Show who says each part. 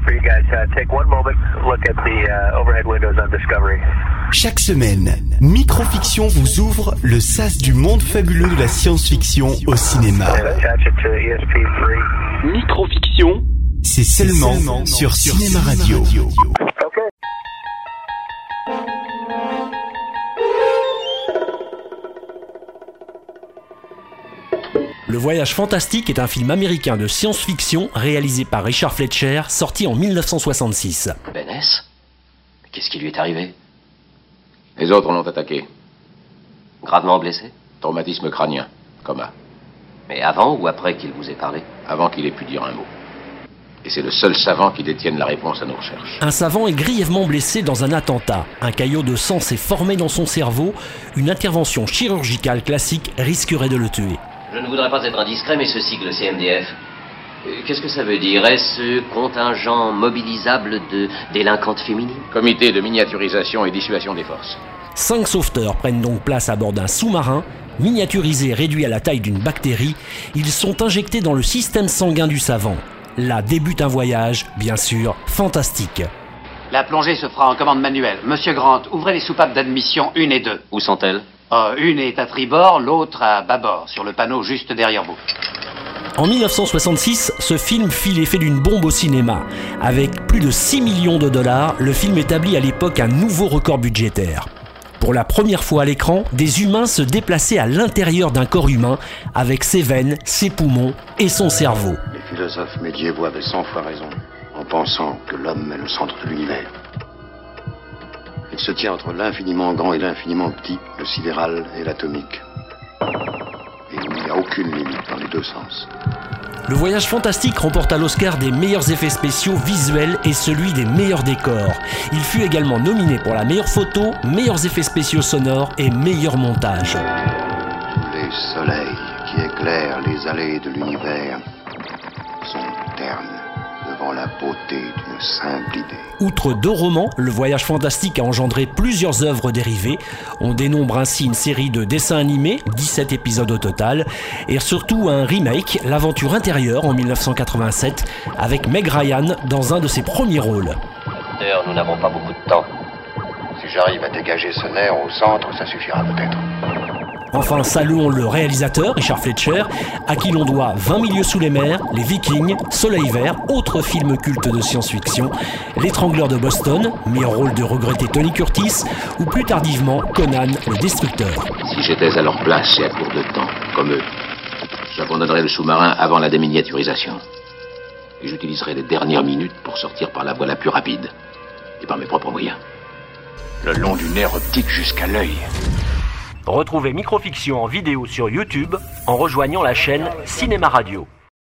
Speaker 1: for you guys. Take one moment, look at the overhead windows on Discovery.
Speaker 2: Chaque semaine, Microfiction vous ouvre le sas du monde fabuleux de la science-fiction au cinéma.
Speaker 1: Attach it to ESP3.
Speaker 2: Microfiction, c'est seulement sur Cinéma Radio.
Speaker 1: Okay.
Speaker 3: Le Voyage fantastique est un film américain de science-fiction réalisé par Richard Fleischer, sorti en 1966.
Speaker 4: Benès ? Qu'est-ce qui lui est arrivé ?
Speaker 5: Les autres l'ont attaqué.
Speaker 4: Gravement blessé ?
Speaker 5: Traumatisme crânien. Coma.
Speaker 4: Mais avant ou après qu'il vous ait parlé ?
Speaker 5: Avant qu'il ait pu dire un mot. Et c'est le seul savant qui détienne la réponse à nos recherches.
Speaker 3: Un savant est grièvement blessé dans un attentat. Un caillot de sang s'est formé dans son cerveau. Une intervention chirurgicale classique risquerait de le tuer.
Speaker 4: Je ne voudrais pas être indiscret, mais ce sigle CMDF, qu'est-ce que ça veut dire ? Est-ce contingent mobilisable de délinquantes féminines ?
Speaker 5: Comité de miniaturisation et dissuasion des forces.
Speaker 3: 5 sauveteurs prennent donc place à bord d'un sous-marin. Miniaturisés et réduits à la taille d'une bactérie, ils sont injectés dans le système sanguin du savant. Là débute un voyage, bien sûr, fantastique.
Speaker 6: La plongée se fera en commande manuelle. Monsieur Grant, ouvrez les soupapes d'admission 1 et 2.
Speaker 4: Où sont-elles ?
Speaker 6: Une est à tribord, l'autre à bâbord, sur le panneau juste derrière vous.
Speaker 3: En 1966, ce film fit l'effet d'une bombe au cinéma. Avec plus de 6 millions de dollars, le film établit à l'époque un nouveau record budgétaire. Pour la première fois à l'écran, des humains se déplaçaient à l'intérieur d'un corps humain, avec ses veines, ses poumons et son cerveau.
Speaker 7: Les philosophes médiévaux avaient 100 fois raison, en pensant que l'homme est le centre de l'univers. Il se tient entre l'infiniment grand et l'infiniment petit, le sidéral et l'atomique. Et il n'y a aucune limite dans les deux sens.
Speaker 3: Le Voyage fantastique remporta l'Oscar des meilleurs effets spéciaux visuels et celui des meilleurs décors. Il fut également nominé pour la meilleure photo, meilleurs effets spéciaux sonores et meilleur montage.
Speaker 7: Tous les soleils qui éclairent les allées de l'univers sont ternes devant la beauté d'une simple idée.
Speaker 3: Outre 2 romans, le Voyage fantastique a engendré plusieurs œuvres dérivées. On dénombre ainsi une série de dessins animés, 17 épisodes au total, et surtout un remake, L'Aventure intérieure, en 1987, avec Meg Ryan dans un de ses premiers rôles.
Speaker 4: D'ailleurs, nous n'avons pas beaucoup de temps.
Speaker 7: Si j'arrive à dégager ce nerf au centre, ça suffira peut-être.
Speaker 3: Enfin, saluons le réalisateur, Richard Fleischer, à qui l'on doit 20 milieux sous les mers, Les Vikings, Soleil vert, autre film culte de science-fiction, L'étrangleur de Boston, meilleur rôle de regretté Tony Curtis, ou plus tardivement Conan le Destructeur.
Speaker 5: Si j'étais à leur place et à court de temps, comme eux, j'abandonnerais le sous-marin avant la déminiaturisation. Et j'utiliserais les dernières minutes pour sortir par la voie la plus rapide. Et par mes propres moyens.
Speaker 7: Le long du nerf optique jusqu'à l'œil.
Speaker 3: Retrouvez Microfiction en vidéo sur YouTube en rejoignant la chaîne Cinéma Radio.